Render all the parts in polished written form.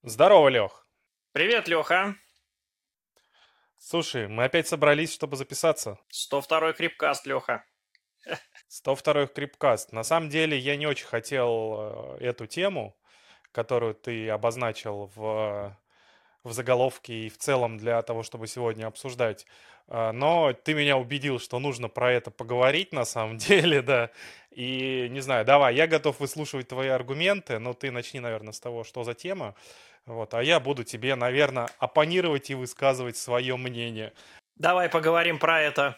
Здорово, Лех. Привет, Леха. Слушай, мы опять собрались, чтобы записаться. 102-й Крипкаст, Леха. 102-й Крипкаст. На самом деле, я не очень хотел эту тему, которую ты обозначил в заголовке и в целом для того, чтобы сегодня обсуждать. Но ты меня убедил, что нужно про это поговорить на самом деле, да. И не знаю, давай, я готов выслушивать твои аргументы, но ты начни, наверное, с того, что за тема. Вот, а я буду тебе, наверное, оппонировать и высказывать свое мнение. Давай поговорим про это.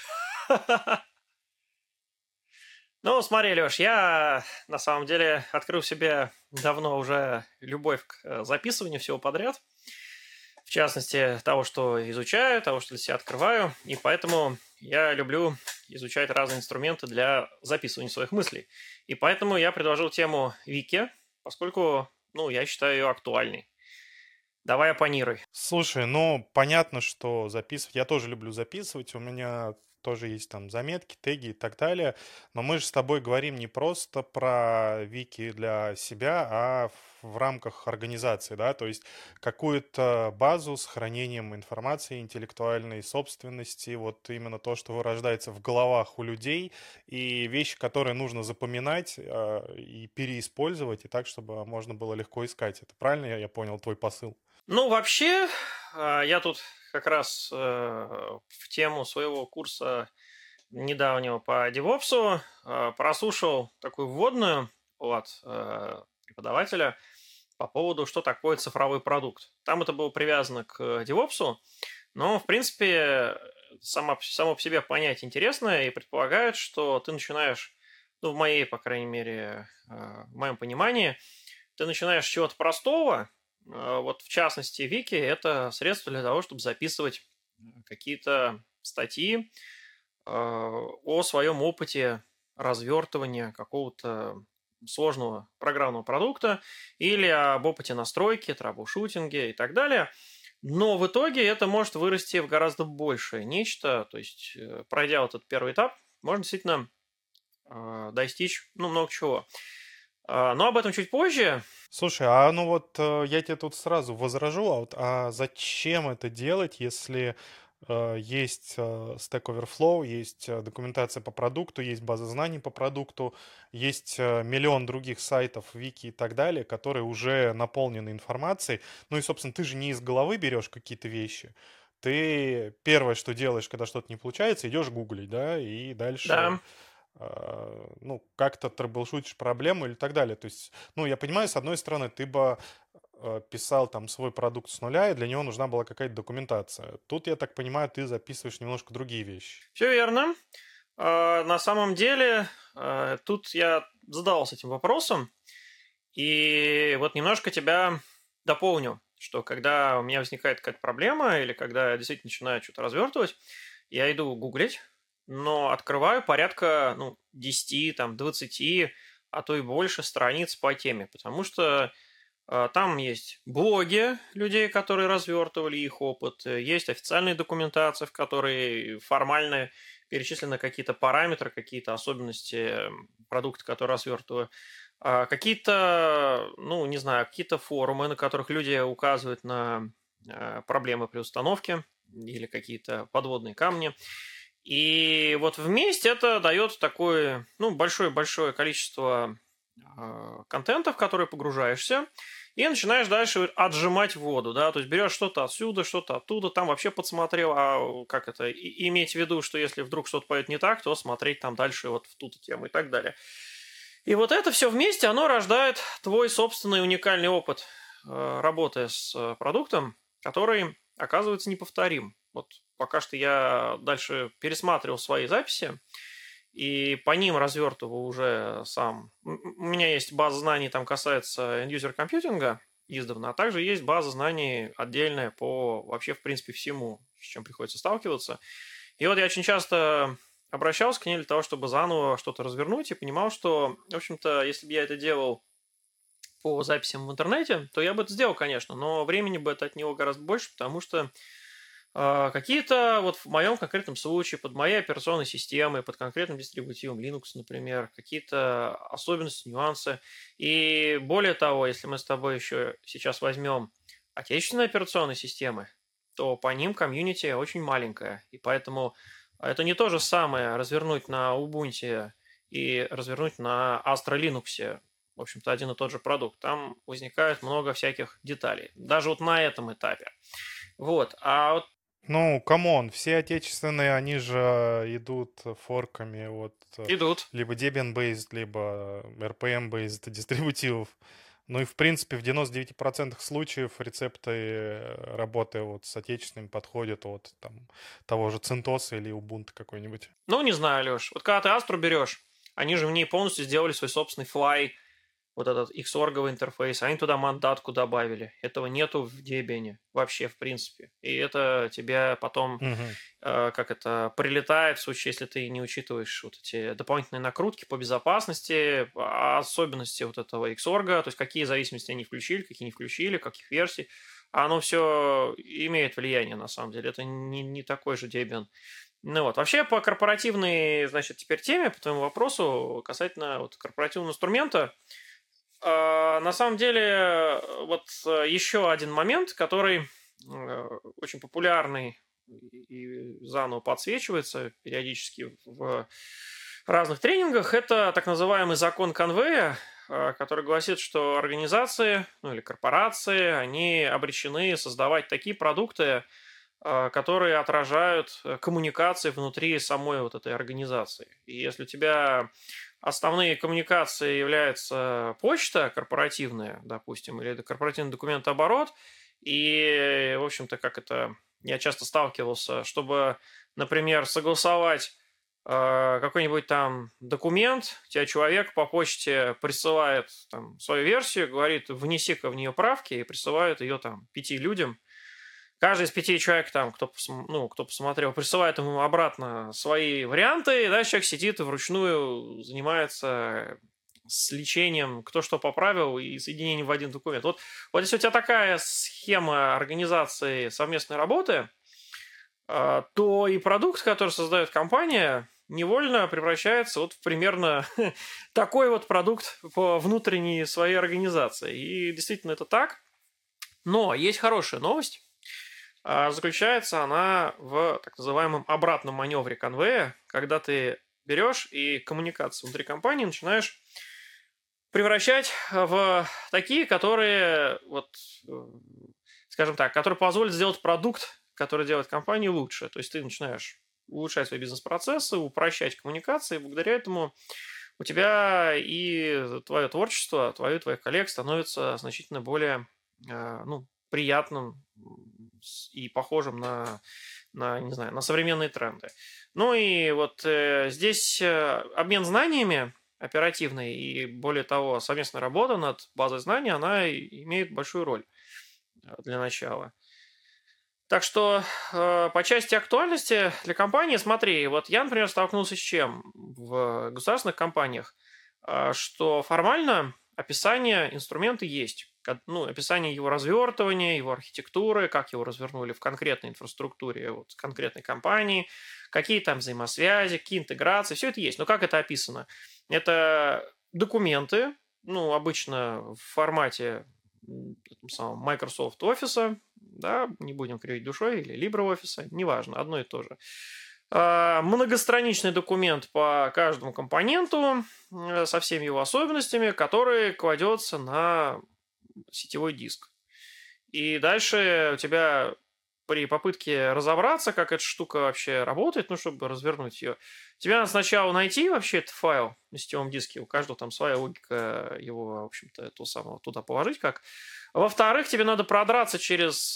Ну, смотри, Леш, я на самом деле открыл в себе давно уже любовь к записыванию всего подряд. В частности, того, что изучаю, того, что для себя открываю. И поэтому я люблю изучать разные инструменты для записывания своих мыслей. И поэтому я предложил тему Вики, поскольку, я считаю ее актуальной. Давай оппонируй. Слушай, ну, понятно, что записывать. Я тоже люблю записывать. У меня тоже есть там заметки, теги и так далее. Но мы же с тобой говорим не просто про вики для себя, а в рамках организации, да, то есть какую-то базу с хранением информации, интеллектуальной собственности, вот именно то, что вырождается в головах у людей, и вещи, которые нужно запоминать и переиспользовать, и так, чтобы можно было легко искать. Это правильно я понял твой посыл? Ну, вообще, я тут как раз в тему своего курса недавнего по DevOps прослушал такую вводную от преподавателя по поводу, что такое цифровой продукт. Там это было привязано к DevOps, но, в принципе, само по себе понятие интересное и предполагает, что ты начинаешь, ну, в моей, по крайней мере, в моем понимании, ты начинаешь с чего-то простого. Вот в частности, Вики– это средство для того, чтобы записывать какие-то статьи о своем опыте развертывания какого-то сложного программного продукта или об опыте настройки, трабл-шутинге и так далее. Но в итоге это может вырасти в гораздо большее нечто. То есть, пройдя вот этот первый этап, можно действительно достичь, много чего. Но об этом чуть позже. Слушай, а ну вот я тебе тут сразу возражу, а зачем это делать, если есть Stack Overflow, есть документация по продукту, есть база знаний по продукту, есть миллион других сайтов, вики и так далее, которые уже наполнены информацией. Ну и, собственно, ты же не из головы берешь какие-то вещи. Ты первое, что делаешь, когда что-то не получается, идешь гуглить, да, и дальше Да. ну, как-то трэблшутишь проблему или так далее. То есть, ну, я понимаю, с одной стороны, ты бы писал там свой продукт с нуля, и для него нужна была какая-то документация. Тут, я так понимаю, ты записываешь немножко другие вещи. Все верно. На самом деле, тут я задавался этим вопросом, и вот немножко тебя дополню, что когда у меня возникает какая-то проблема, или когда я действительно начинаю что-то развертывать, я иду гуглить, но открываю порядка, 10, там, 20, а то и больше страниц по теме, потому что там есть блоги людей, которые развертывали их опыт, есть официальные документации, в которой формально перечислены какие-то параметры, какие-то особенности продукта, который развертываю. Какие-то, не знаю, какие-то форумы, на которых люди указывают на проблемы при установке или какие-то подводные камни. И вот вместе это дает такое, большое-большое количество контента, в который погружаешься, и начинаешь дальше отжимать воду, да, то есть берешь что-то отсюда, что-то оттуда, там вообще подсмотрел, как это, иметь в виду, что если вдруг что-то пойдет не так, то смотреть там дальше вот в ту-то тему и так далее. И вот это все вместе, оно рождает твой собственный уникальный опыт работы с продуктом, который оказывается неповторим. Вот пока что я дальше пересматривал свои записи, и по ним развертываю уже сам. У меня есть база знаний, там касается end-user компьютинга издавна, а также есть база знаний отдельная по вообще, в принципе, всему, с чем приходится сталкиваться. И вот я очень часто обращался к ней для того, чтобы заново что-то развернуть, и понимал, что, в общем-то, если бы я это делал по записям в интернете, то я бы это сделал, конечно, но времени бы это от него гораздо больше, потому что Какие-то, вот в моем конкретном случае, под моей операционной системой, под конкретным дистрибутивом Linux, например, какие-то особенности, нюансы. И более того, если мы с тобой еще сейчас возьмем отечественные операционные системы, то по ним комьюнити очень маленькое. И поэтому это не то же самое развернуть на Ubuntu и развернуть на Astra Linux. В общем-то, один и тот же продукт. Там возникает много всяких деталей. Даже вот на этом этапе. Вот. А вот Ну, камон, все отечественные, они же идут форками от идут. либо Debian-based, либо RPM-based дистрибутивов. Ну и, в принципе, в 99% случаев рецепты работы вот с отечественными подходят от там, того же CentOS или Ubuntu какой-нибудь. Ну, не знаю, Леш. Вот когда ты Astra берешь, они же в ней полностью сделали свой собственный Fly, вот этот Xorg интерфейс. Они туда мандатку добавили. Этого нету в Debian вообще, в принципе. И это тебе потом, Мгм. как это, прилетает в случае, если ты не учитываешь вот эти дополнительные накрутки по безопасности, особенности вот этого Xorg, то есть какие зависимости они включили, какие не включили, каких версий. Оно все имеет влияние, на самом деле. Это не такой же Debian. Ну вот, вообще по корпоративной, значит, теперь теме, по твоему вопросу, касательно вот корпоративного инструмента, на самом деле, вот еще один момент, который очень популярный и заново подсвечивается периодически в разных тренингах, это так называемый закон Конвея, который гласит, что организации, ну или корпорации, они обречены создавать такие продукты, которые отражают коммуникации внутри самой вот этой организации. И если у тебя основные коммуникации являются почта корпоративная, допустим, или это корпоративный документооборот, и, в общем-то, как это я часто сталкивался, чтобы, например, согласовать какой-нибудь там документ, тебе человек по почте присылает там свою версию, говорит, внеси-ка в нее правки, и присылает ее там 5 людям. Каждый из 5 человек, там, кто посмотрел, присылает ему обратно свои варианты, и дальше человек сидит и вручную занимается сличением, кто что поправил, и соединением в один документ. Вот если у тебя такая схема организации совместной работы, то и продукт, который создает компания, невольно превращается вот в примерно такой вот продукт по внутренней своей организации. И действительно это так. Но есть хорошая новость. Заключается она в так называемом обратном маневре конвея, когда ты берешь и коммуникацию внутри компании начинаешь превращать в такие, которые, вот, скажем так, которые позволят сделать продукт, который делает компанию лучше. То есть ты начинаешь улучшать свои бизнес-процессы, упрощать коммуникации, и благодаря этому у тебя и твое творчество, твоих коллег становится значительно более приятным и похожим на, не знаю, на современные тренды. Ну и вот здесь обмен знаниями оперативный и, более того, совместная работа над базой знаний, она имеет большую роль для начала. Так что по части актуальности для компании, смотри, вот я, например, столкнулся с чем в государственных компаниях, что формально описание инструмента есть. Описание его развертывания, его архитектуры, как его развернули в конкретной инфраструктуре вот, конкретной компании, какие там взаимосвязи, какие интеграции, все это есть. Но как это описано? Это документы, обычно в формате самого Microsoft Office, да, не будем кривить душой, или LibreOffice, неважно, одно и то же. Многостраничный документ по каждому компоненту со всеми его особенностями, который кладется на сетевой диск. И дальше у тебя при попытке разобраться, как эта штука вообще работает, чтобы развернуть ее, тебе надо сначала найти вообще этот файл на сетевом диске, у каждого там своя логика его, в общем-то, туда положить как. Во-вторых, тебе надо продраться через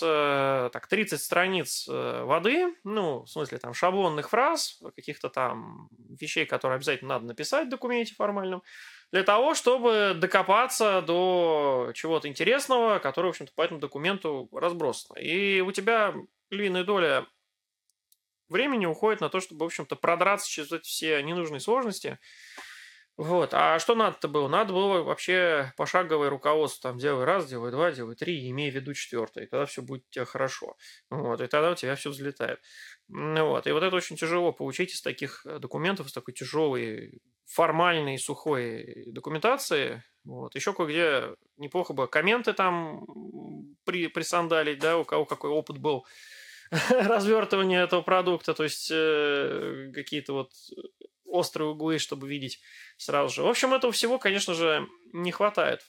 30 страниц воды, в смысле там шаблонных фраз, каких-то там вещей, которые обязательно надо написать в документе формальном, для того, чтобы докопаться до чего-то интересного, которое, в общем-то, по этому документу разбросано. И у тебя львиная доля времени уходит на то, чтобы, в общем-то, продраться через эти все ненужные сложности, Вот. А что надо-то было? Надо было вообще пошаговое руководство. Там делай раз, делай два, делай три, имея в виду четвертое. И тогда все будет у тебя хорошо. Вот. И тогда у тебя все взлетает. Вот. И вот это очень тяжело получить из таких документов, из такой тяжелой, формальной, сухой документации. Вот. Еще кое-где неплохо бы комменты там присандалить, да, у кого какой опыт был развертывания этого продукта, то есть какие-то вот острые углы, чтобы видеть сразу же. В общем, этого всего, конечно же, не хватает.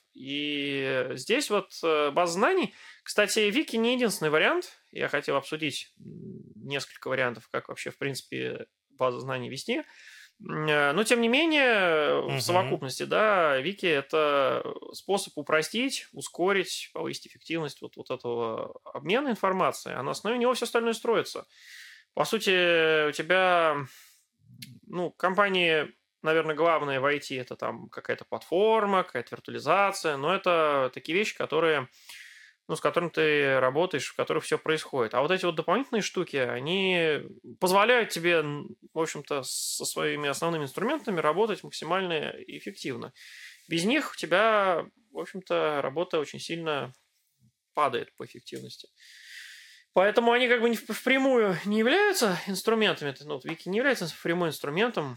И здесь вот база знаний. Кстати, Вики не единственный вариант. Я хотел обсудить несколько вариантов, как вообще, в принципе, базу знаний вести. Но, тем не менее, в Мгм. совокупности, да, Вики– это способ упростить, ускорить, повысить эффективность вот этого обмена информацией, а на основе него все остальное строится. По сути, у тебя, ну, компании, наверное, главное в IT– это там какая-то платформа, какая-то виртуализация, но это такие вещи, которые, ну, с которыми ты работаешь, в которых все происходит. А вот эти вот дополнительные штуки, они позволяют тебе, в общем-то, со своими основными инструментами работать максимально эффективно. Без них у тебя, в общем-то, работа очень сильно падает по эффективности. Поэтому они как бы впрямую не являются инструментами, ну, вот Вики не является впрямую инструментом,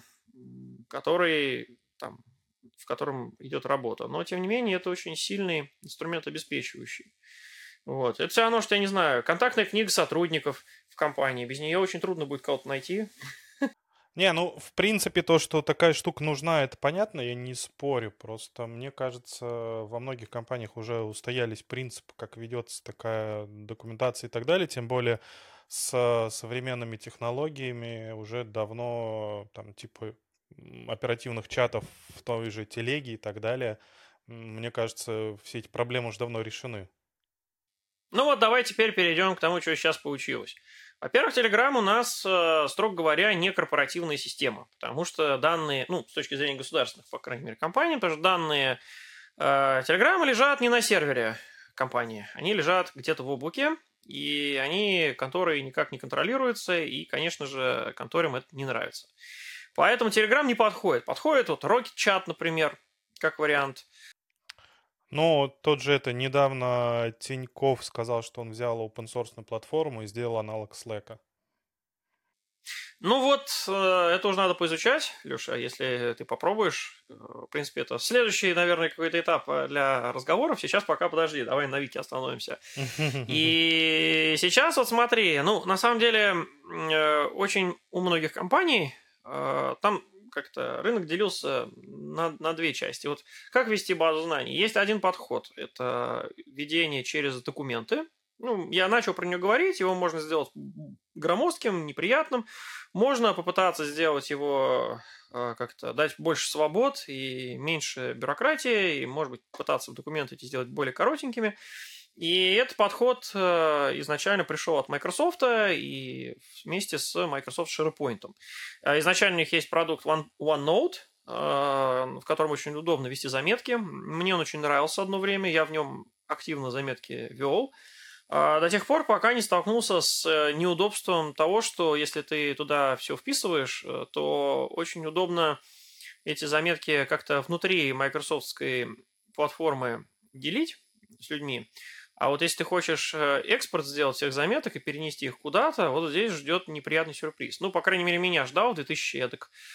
который там, в котором идет работа. Но, тем не менее, это очень сильный инструмент обеспечивающий. Вот. Это все равно, что, я не знаю, контактная книга сотрудников в компании. Без нее очень трудно будет кого-то найти. Не, ну, в принципе, то, что такая штука нужна, это понятно, я не спорю. Просто мне кажется, во многих компаниях уже устоялись принципы, как ведется такая документация и так далее. Тем более с современными технологиями уже давно там типа оперативных чатов в той же телеге и так далее. Мне кажется, все эти проблемы уже давно решены. Ну вот давай теперь перейдем к тому, что сейчас получилось. Во-первых, Telegram у нас, строго говоря, не корпоративная система, потому что данные, ну, с точки зрения государственных, по крайней мере, компаний, потому что данные Telegram лежат не на сервере компании, они лежат где-то в облаке, и они конторой никак не контролируются, и, конечно же, конторам это не нравится. Поэтому Telegram не подходит. Подходит вот Rocket Chat, например, как вариант. Но тот же это недавно Тиньков сказал, что он взял open source платформу и сделал аналог Slack. Ну вот, это уже надо поизучать, Леша, если ты попробуешь. В принципе, это следующий, наверное, какой-то этап для разговоров. Сейчас пока подожди, давай на Вики остановимся. И сейчас вот смотри, ну, на самом деле, очень у многих компаний там как-то рынок делился на две части. Вот как вести базу знаний? Есть один подход, это ведение через документы. Ну, я начал про него говорить, его можно сделать громоздким, неприятным. Можно попытаться сделать его как-то, дать больше свобод и меньше бюрократии, и, может быть, пытаться документы эти сделать более коротенькими. И этот подход изначально пришел от Microsoft и вместе с Microsoft SharePoint. Изначально у них есть продукт OneNote, в котором очень удобно вести заметки. Мне он очень нравился одно время, я в нем активно заметки вел. До тех пор, пока не столкнулся с неудобством того, что если ты туда все вписываешь, то очень удобно эти заметки как-то внутри майкрософтской платформы делить с людьми. А вот если ты хочешь экспорт сделать всех заметок и перенести их куда-то, вот здесь ждет неприятный сюрприз. Ну, по крайней мере, меня ждал в 2000,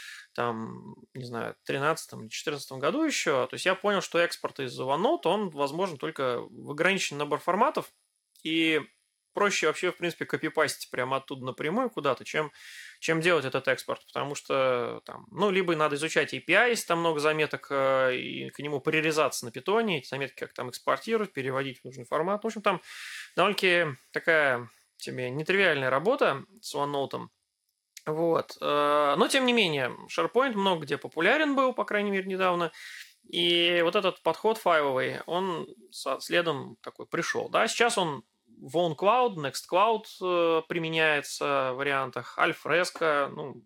там, не знаю, 13 или 14 году еще. То есть я понял, что экспорт из OneNote, он возможен только в ограниченный набор форматов, и проще вообще, в принципе, копипастить прямо оттуда напрямую куда-то, чем делать этот экспорт, потому что там, ну, либо надо изучать API, если там много заметок, и к нему прирезаться на питоне, эти заметки как там экспортировать, переводить в нужный формат. В общем, там довольно-таки такая тебе нетривиальная работа с OneNote. Вот. Но, тем не менее, SharePoint много где популярен был, по крайней мере, недавно. И вот этот подход файловый, он следом такой пришел. Да? Сейчас он в OwnCloud, NextCloud применяется в вариантах, Alfresco, ну,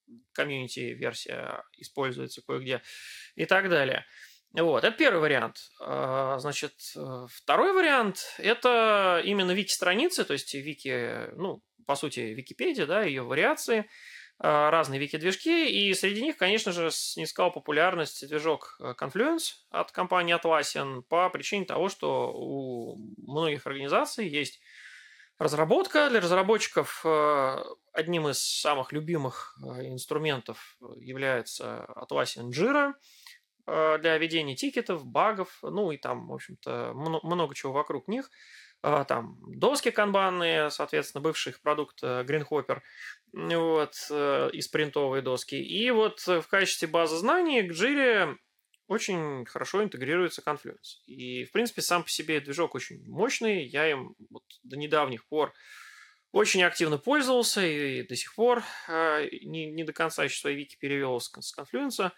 комьюнити-версия используется кое-где и так далее. Вот, это первый вариант. Значит, второй вариант – это именно вики-страницы, то есть вики, ну, по сути, Википедия, да, ее вариации. разные вики-движки, и среди них, конечно же, снискал популярность движок Confluence от компании Atlassian по причине того, что у многих организаций есть разработка. Для разработчиков одним из самых любимых инструментов является Atlassian Jira для ведения тикетов, багов, ну и там, в общем-то, много чего вокруг них. Там доски канбанные, соответственно, бывший их продукт Greenhopper, вот, и спринтовые доски. И вот в качестве базы знаний к Jira очень хорошо интегрируется Confluence. И, в принципе, сам по себе движок очень мощный. Я им вот до недавних пор очень активно пользовался и до сих пор не до конца еще свои вики перевел с Confluence.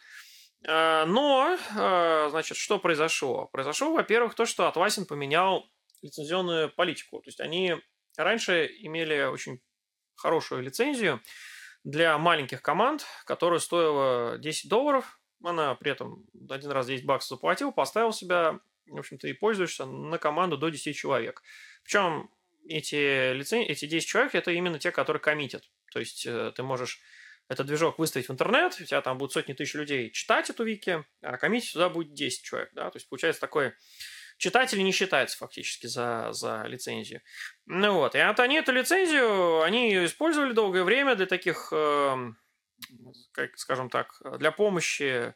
Но, значит, что произошло? Произошло, во-первых, то, что Atlassian поменял лицензионную политику. То есть они раньше имели очень хорошую лицензию для маленьких команд, которая стоила $10. Она при этом один раз $10 заплатил, поставил себя, в общем-то, и пользуешься на команду до 10 человек. Причем эти 10 человек – это именно те, которые коммитят. То есть ты можешь этот движок выставить в интернет, у тебя там будут сотни тысяч людей читать эту вики, а коммитить сюда будет 10 человек. Да? То есть получается такой... Читатели не считаются фактически за лицензию. Ну вот, и вот они эту лицензию, они ее использовали долгое время для таких, как, скажем так, для помощи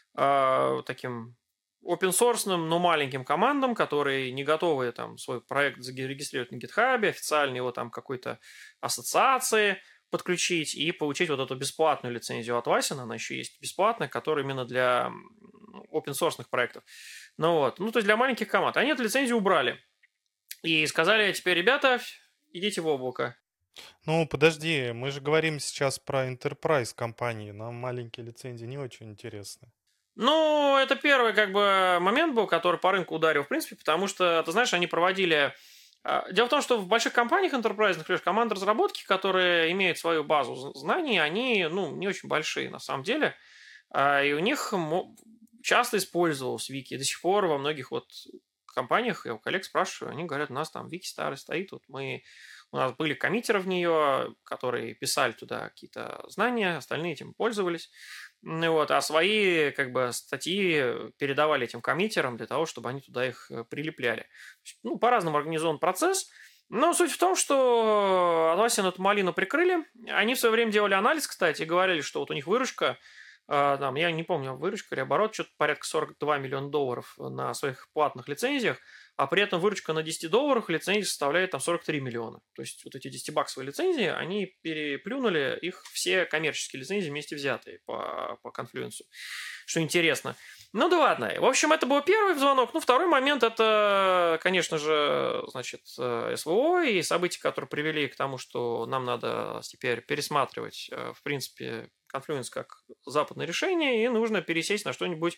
таким open-source, но маленьким командам, которые не готовы там свой проект зарегистрировать на GitHub, официально его там какой-то ассоциации подключить и получить вот эту бесплатную лицензию от Atlassian. Она еще есть бесплатная, которая именно для open-source проектов. Ну вот, ну то есть для маленьких команд. Они эту лицензию убрали. И сказали, теперь, ребята, идите в облако. Ну, подожди, мы же говорим сейчас про enterprise компании. Нам маленькие лицензии не очень интересны. Ну, это первый как бы момент был, который по рынку ударил, в принципе, потому что, ты знаешь, они проводили... Дело в том, что в больших компаниях enterprise, например, команды разработки, которые имеют свою базу знаний, они, ну, не очень большие на самом деле. И у них часто использовался вики. До сих пор во многих вот компаниях, я у коллег спрашиваю, они говорят, у нас там вики старый стоит, вот у нас были коммитеры в нее, которые писали туда какие-то знания, остальные этим пользовались. Ну вот, а свои как бы статьи передавали этим коммитерам для того, чтобы они туда их прилепляли. Ну, по-разному организован процесс. Но суть в том, что Atlassian эту малину прикрыли. Они в свое время делали анализ, кстати, и говорили, что вот у них выручка, там, я не помню, выручка или оборот, что-то порядка $42 миллиона на своих платных лицензиях, а при этом выручка на $10 лицензии составляет там 43 миллиона. То есть вот эти 10-баксовые лицензии, они переплюнули их все коммерческие лицензии вместе взятые по Confluence. Что интересно. Ну да ладно. В общем, это был первый звонок. Ну, второй момент – это, конечно же, значит, СВО и события, которые привели к тому, что нам надо теперь пересматривать, в принципе, Confluence как западное решение, и нужно пересесть на что-нибудь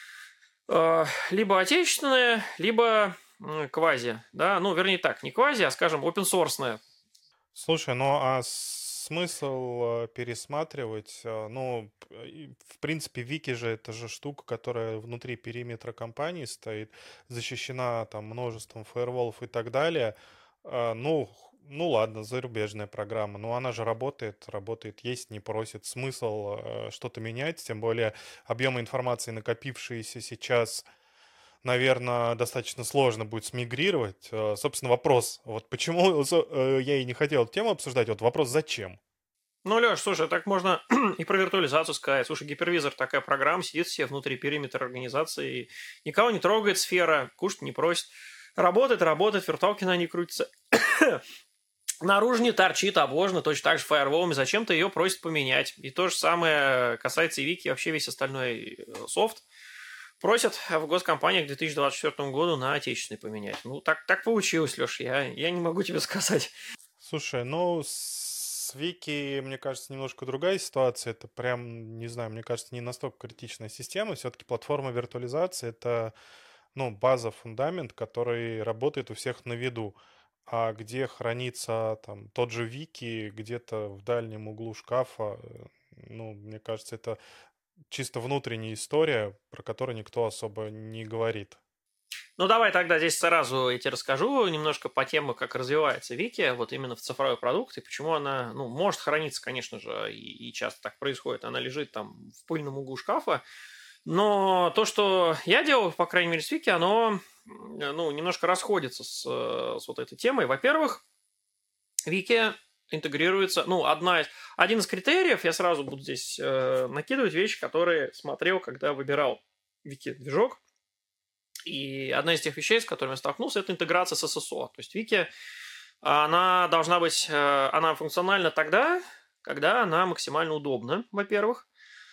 либо отечественное, либо квази, да, ну, вернее так, не квази, а, скажем, open-source. Слушай, ну а смысл пересматривать? Ну, в принципе, Вики же это же штука, которая внутри периметра компании стоит, защищена там множеством фаерволов и так далее. Ну ладно, зарубежная программа, но она же работает, есть, не просит. Смысл что-то менять, тем более объемы информации, накопившиеся сейчас, наверное, достаточно сложно будет смигрировать. Собственно, вопрос, вот почему я и не хотел эту тему обсуждать, вот вопрос, зачем? Ну, Леш, слушай, так можно и про виртуализацию сказать. Слушай, гипервизор такая программа, сидит все внутри периметра организации, и никого не трогает сфера, кушать не просит. Работает, виртуалки на ней крутятся. Наружу не торчит, обложена точно так же фаерволами, зачем-то ее просят поменять. И то же самое касается и Вики, и вообще весь остальной софт. Просят в госкомпаниях к 2024 году на отечественный поменять. Ну, так получилось, Леш, я не могу тебе сказать. Слушай, ну, с Вики, мне кажется, немножко другая ситуация. Это прям, не знаю, мне кажется, не настолько критичная система. Все-таки платформа виртуализации — это, ну, база, фундамент, который работает у всех на виду. А где хранится там тот же Вики, где-то в дальнем углу шкафа, ну, мне кажется, это чисто внутренняя история, про которую никто особо не говорит. Ну, давай тогда здесь сразу я тебе расскажу немножко по теме, как развивается Вики, вот именно в цифровой продукт, и почему она, ну, может храниться, конечно же, и часто так происходит. Она лежит там в пыльном углу шкафа, но то, что я делал, по крайней мере, с Вики, оно, ну, немножко расходится с вот этой темой. Во-первых, Вики интегрируется, ну, один из критериев, я сразу буду здесь накидывать вещи, которые смотрел, когда выбирал Вики-движок. И одна из тех вещей, с которыми я столкнулся, это интеграция с SSO. То есть Вики, она должна быть, она функциональна тогда, когда она максимально удобна, во-первых.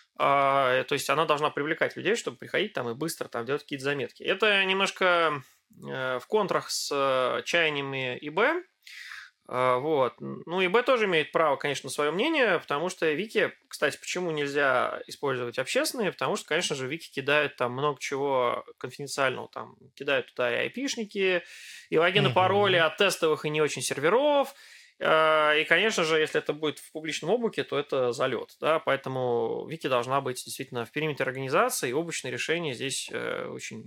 То есть она должна привлекать людей, чтобы приходить там и быстро там делать какие-то заметки. Это немножко в контрах с чаяниями ИБ. Вот. Ну, ИБ тоже имеет право, конечно, на свое мнение, потому что Вики, кстати, почему нельзя использовать общественные? Потому что, конечно же, Вики кидают там много чего конфиденциального. Там кидают туда и айпишники, и логины, пароли Мгм. от тестовых и не очень серверов. И, конечно же, если это будет в публичном облаке, то это залет. Да? Поэтому Вики должна быть действительно в периметре организации, и облачные решения здесь очень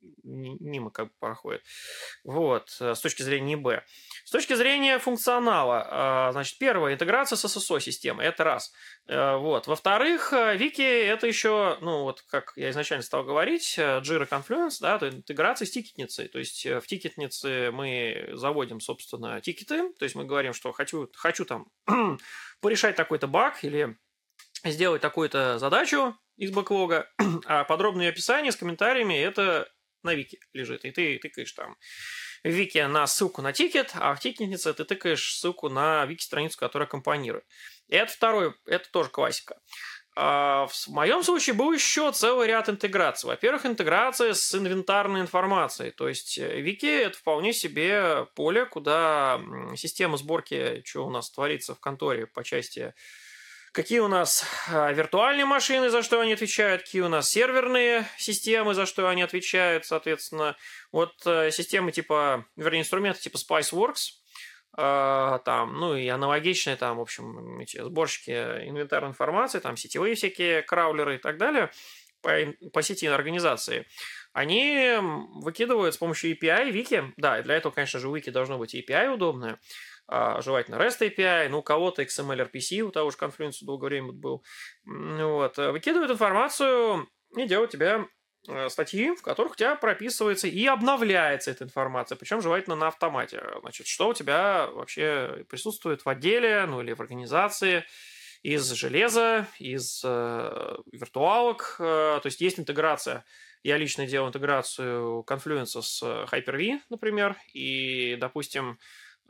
мимо как бы проходят. Вот, с точки зрения ИБ. С точки зрения функционала, значит, первое, интеграция с SSO-системой, это раз. Вот. Во-вторых, Вики это еще, ну, вот как я изначально стал говорить, Jira Confluence, да, то интеграция с тикетницей. То есть в тикетнице мы заводим, собственно, тикеты, то есть мы говорим, что хочу там порешать такой-то баг или сделать такую-то задачу из бэклога, а подробное описание с комментариями это на Вики лежит, и ты тыкаешь там в Вики на ссылку на тикет, а в тикетнице ты тыкаешь ссылку на Вики-страницу, которая компонирует. И это второй, это тоже классика. В моем случае был еще целый ряд интеграций. Во-первых, интеграция с инвентарной информацией. То есть Вики – это вполне себе поле, куда система сборки, что у нас творится в конторе по части какие у нас виртуальные машины, за что они отвечают, какие у нас серверные системы, за что они отвечают, соответственно. Вот системы типа, вернее, инструменты типа Spiceworks, там, ну и аналогичные там, в общем, эти сборщики инвентарной информации, там сетевые всякие краулеры и так далее по сети организации, они выкидывают с помощью API Вики. Да, и для этого, конечно же, у Вики должно быть API удобное, желательно REST API, ну, у кого-то XML RPC, у того же Confluence долгое время был. Вот. Выкидывают информацию и делают тебе статьи, в которых у тебя прописывается и обновляется эта информация, причем желательно на автомате. Значит, что у тебя вообще присутствует в отделе, ну, или в организации, из железа, из виртуалок, то есть есть интеграция. Я лично делал интеграцию Confluence с Hyper-V, например, и, допустим,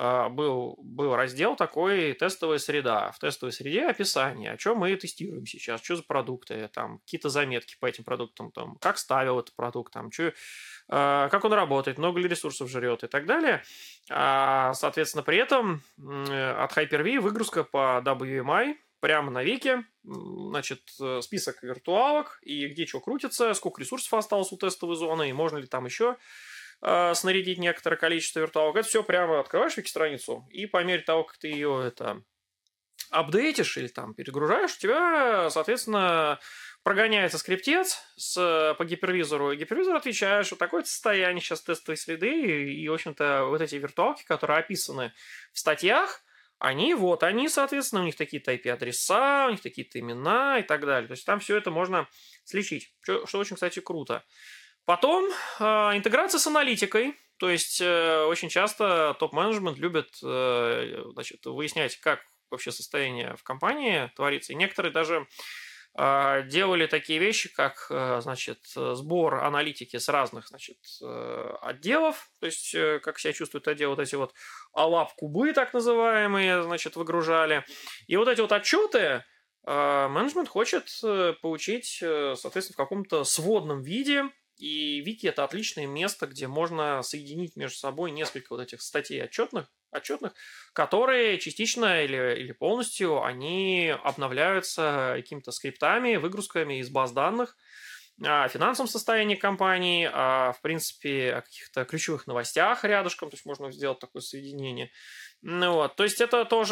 был раздел такой «Тестовая среда». В тестовой среде описание, о чем мы тестируем сейчас, что за продукты, там, какие-то заметки по этим продуктам, там, как ставил этот продукт, там, как он работает, много ли ресурсов жрет и так далее. Соответственно, при этом от Hyper-V выгрузка по WMI прямо на Вики, значит, список виртуалок и где что крутится, сколько ресурсов осталось у тестовой зоны, и можно ли там еще снарядить некоторое количество виртуалок. Это все прямо открываешь вики-страницу, и по мере того, как ты ее это апдейтишь или там перегружаешь, у тебя, соответственно, прогоняется скриптец по гипервизору, и гипервизор отвечает, что такое-то состояние сейчас тестовой среды, и, в общем-то, вот эти виртуалки, которые описаны в статьях, они, соответственно, у них такие-то IP-адреса, у них такие-то имена и так далее. То есть там все это можно сличить, что очень, кстати, круто. Потом интеграция с аналитикой. То есть очень часто топ-менеджмент любит значит, выяснять, как вообще состояние в компании творится. И некоторые даже делали такие вещи, как значит, сбор аналитики с разных значит, отделов, то есть как себя чувствует отдел, вот эти вот алаб-кубы так называемые, значит, выгружали. И вот эти вот отчеты менеджмент хочет получить, соответственно, в каком-то сводном виде, и Вики – это отличное место, где можно соединить между собой несколько вот этих статей отчетных, которые частично или полностью они обновляются какими-то скриптами, выгрузками из баз данных о финансовом состоянии компании, в принципе, о каких-то ключевых новостях рядышком, то есть можно сделать такое соединение. Ну вот, то есть это тоже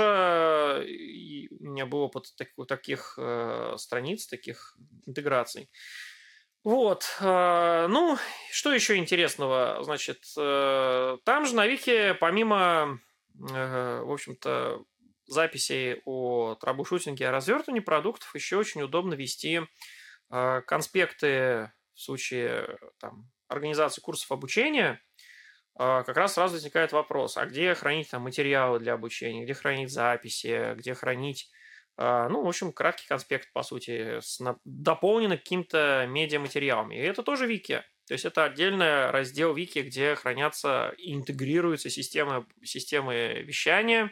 у меня был опыт таких страниц, таких интеграций. Вот, ну, что еще интересного? Значит, там же на Вики, помимо, в общем-то, записей о трабл-шутинге, о развертывании продуктов, еще очень удобно вести конспекты в случае там, организации курсов обучения. Как раз сразу возникает вопрос, а где хранить там материалы для обучения, где хранить записи, где хранить, ну, в общем, краткий конспект, по сути, дополненный какими-то медиаматериалами. И это тоже вики. То есть это отдельный раздел вики, где хранятся и интегрируются системы вещания.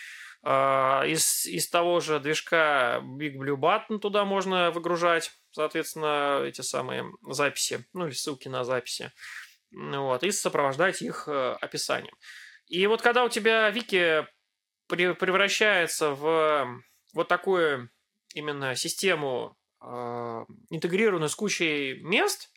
Из того же движка Big Blue Button туда можно выгружать, соответственно, эти самые записи, ну или ссылки на записи. Вот, и сопровождать их описанием. И вот когда у тебя вики превращается в вот такую именно систему, интегрированную с кучей мест,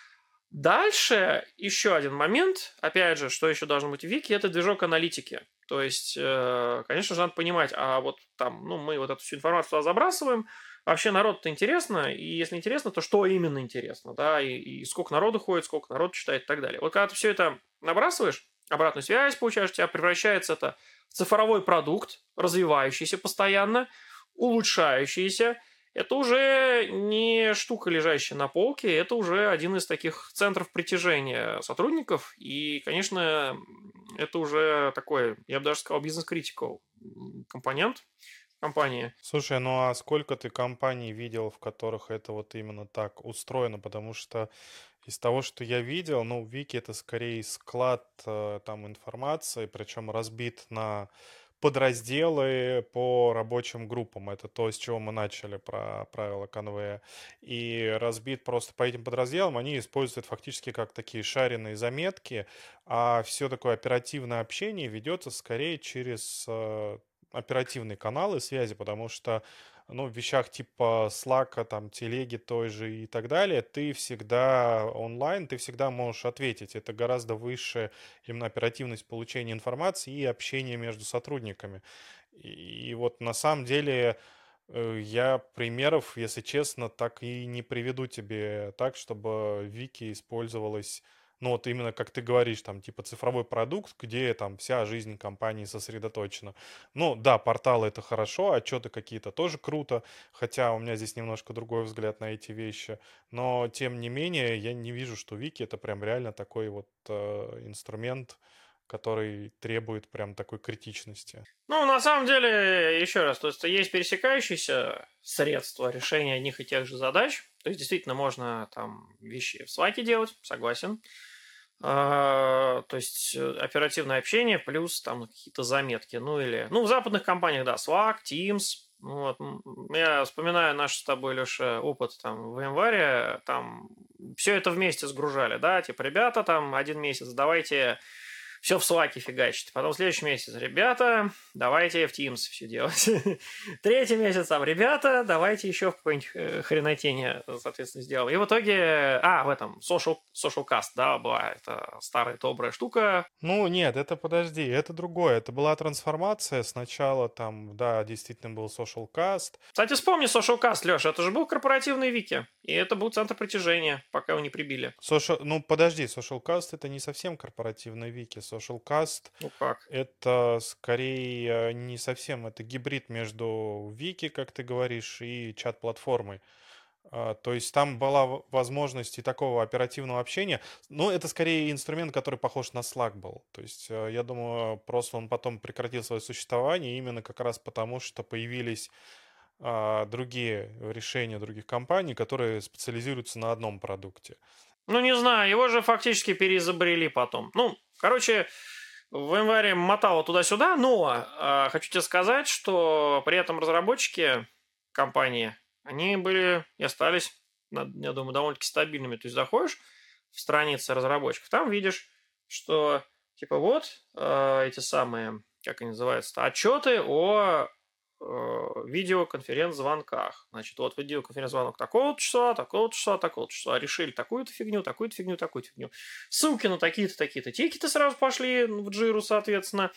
дальше еще один момент, опять же, что еще должно быть в вики, это движок аналитики. То есть, конечно же, надо понимать, а вот там, ну, мы вот эту всю информацию туда забрасываем, вообще народу-то интересно, и если интересно, то что именно интересно, да, и сколько народу ходит, сколько народ читает и так далее. Вот когда ты все это набрасываешь, обратную связь получаешь, у тебя превращается это в цифровой продукт, развивающийся постоянно, улучшающийся. Это уже не штука, лежащая на полке, это уже один из таких центров притяжения сотрудников, и, конечно, это уже такой, я бы даже сказал, бизнес-критикал компонент компании. Слушай, ну а сколько ты компаний видел, в которых это вот именно так устроено? Потому что из того, что я видел, ну, Вики это скорее склад там информации, причем разбит на подразделы по рабочим группам. Это то, с чего мы начали про правила конвея. И разбит просто по этим подразделам, они используют фактически как такие шаренные заметки, а все такое оперативное общение ведется скорее через оперативные каналы связи, потому что ну, в вещах типа Slack, там, телеги той же и так далее, ты всегда онлайн, ты всегда можешь ответить. Это гораздо выше именно оперативность получения информации и общения между сотрудниками. И вот на самом деле я примеров, если честно, так и не приведу тебе так, чтобы Вики использовалась, ну вот именно как ты говоришь, там типа цифровой продукт, где там вся жизнь компании сосредоточена. Ну да, порталы это хорошо, отчеты какие-то тоже круто, хотя у меня здесь немножко другой взгляд на эти вещи, но тем не менее я не вижу, что Вики это прям реально такой вот инструмент, который требует прям такой критичности. Ну, на самом деле, еще раз, то есть пересекающиеся средства решения одних и тех же задач. То есть действительно можно там вещи в Slack делать, согласен. То есть оперативное общение плюс там какие-то заметки. Ну или, ну в западных компаниях, да, Slack, Teams. Вот. Я вспоминаю наш с тобой, Леша, опыт там в январе, там все это вместе сгружали, да, типа, ребята, там один месяц, давайте все в Slack фигачить. Потом следующий месяц, ребята, давайте в Teams все делать. Третий месяц, там, ребята, давайте еще в какой-нибудь хренотене, соответственно, сделаем. И в итоге, в этом, Social Cast, да, была эта старая добрая штука. Ну, нет, это подожди, это другое. Это была трансформация. Сначала там, да, действительно был Social Cast. Кстати, вспомни Social Cast, Леша, это же был корпоративный вики, и это был центр притяжения, пока его не прибили. Ну, подожди, Social Cast это не совсем корпоративный вики. Social Cast Ну как? это скорее не совсем, это гибрид между вики, как ты говоришь, и чат-платформой. То есть там была возможность и такого оперативного общения. Но это скорее инструмент, который похож на Slack был. То есть я думаю, просто он потом прекратил свое существование именно как раз потому, что появились другие решения других компаний, которые специализируются на одном продукте. Ну, не знаю, его же фактически переизобрели потом. Ну, короче, в январе мотало туда-сюда, но хочу тебе сказать, что при этом разработчики компании, они были и остались, я думаю, довольно-таки стабильными. То есть заходишь в страницы разработчиков, там видишь, что типа вот эти самые, как они называются, отчеты о видеоконференц-звонках. Значит, вот видеоконференц-звонок такого-то числа, такого-то числа, такого-то числа. Решили такую-то фигню, такую-то фигню, такую-то фигню. Ссылки на такие-то, такие-то тикеты сразу пошли в Джиру, соответственно.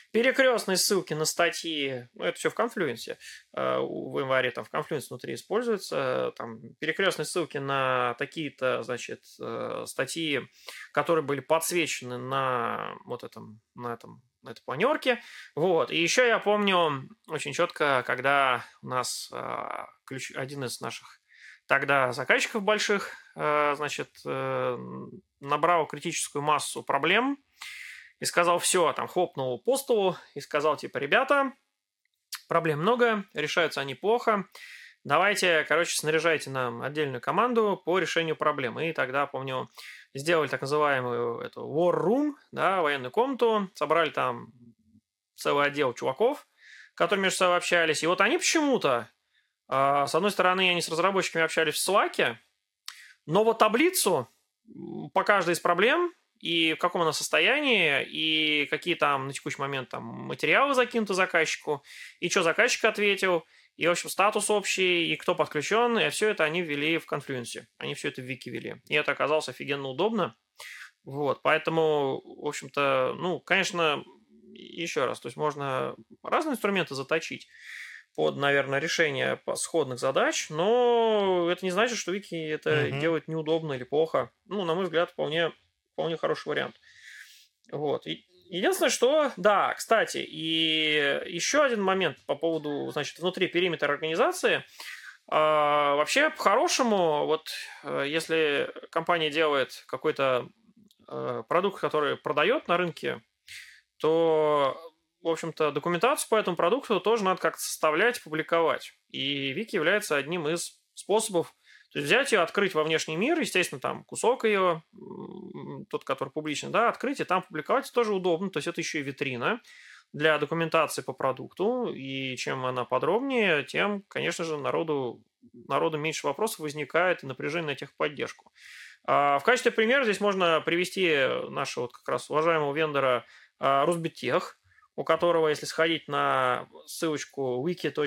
перекрестные ссылки на статьи, ну, это все в Confluence, в январе там в Confluence внутри используется, там перекрестные ссылки на такие-то, значит, статьи, которые были подсвечены на вот на этой планерке, вот, и еще я помню очень четко, когда у нас один из наших тогда заказчиков больших, значит, набрал критическую массу проблем, и сказал, все, там, хлопнул по столу и сказал, типа, ребята, проблем много, решаются они плохо, давайте, короче, снаряжайте нам отдельную команду по решению проблем. И тогда, помню, сделали так называемую эту War Room, да, военную комнату, собрали там целый отдел чуваков, которые между собой общались, и вот они почему-то, с одной стороны, они с разработчиками общались в Slack, но вот таблицу по каждой из проблем и в каком она состоянии, и какие там на текущий момент там материалы закинуты заказчику, и что заказчик ответил, и, в общем, статус общий, и кто подключен, и все это они ввели в Confluence. Они все это в Вики вели. И это оказалось офигенно удобно. Вот, поэтому, в общем-то, ну, конечно, еще раз, то есть можно разные инструменты заточить под, наверное, решение сходных задач, но это не значит, что Вики это делает неудобно или плохо. Ну, на мой взгляд, вполне хороший вариант. Вот. И единственное, что, да, кстати, и еще один момент по поводу, значит, внутри периметра организации. Вообще, по-хорошему, вот если компания делает какой-то продукт, который продает на рынке, то, в общем-то, документацию по этому продукту тоже надо как-то составлять, публиковать. И Вики является одним из способов. То есть взять ее, открыть во внешний мир, естественно, там кусок ее, тот, который публичный, да, открыть и там публиковать тоже удобно. То есть это еще и витрина для документации по продукту. И чем она подробнее, тем, конечно же, народу меньше вопросов возникает и напряжение на техподдержку. В качестве примера здесь можно привести нашего вот как раз уважаемого вендора Rusbitech, у которого, если сходить на ссылочку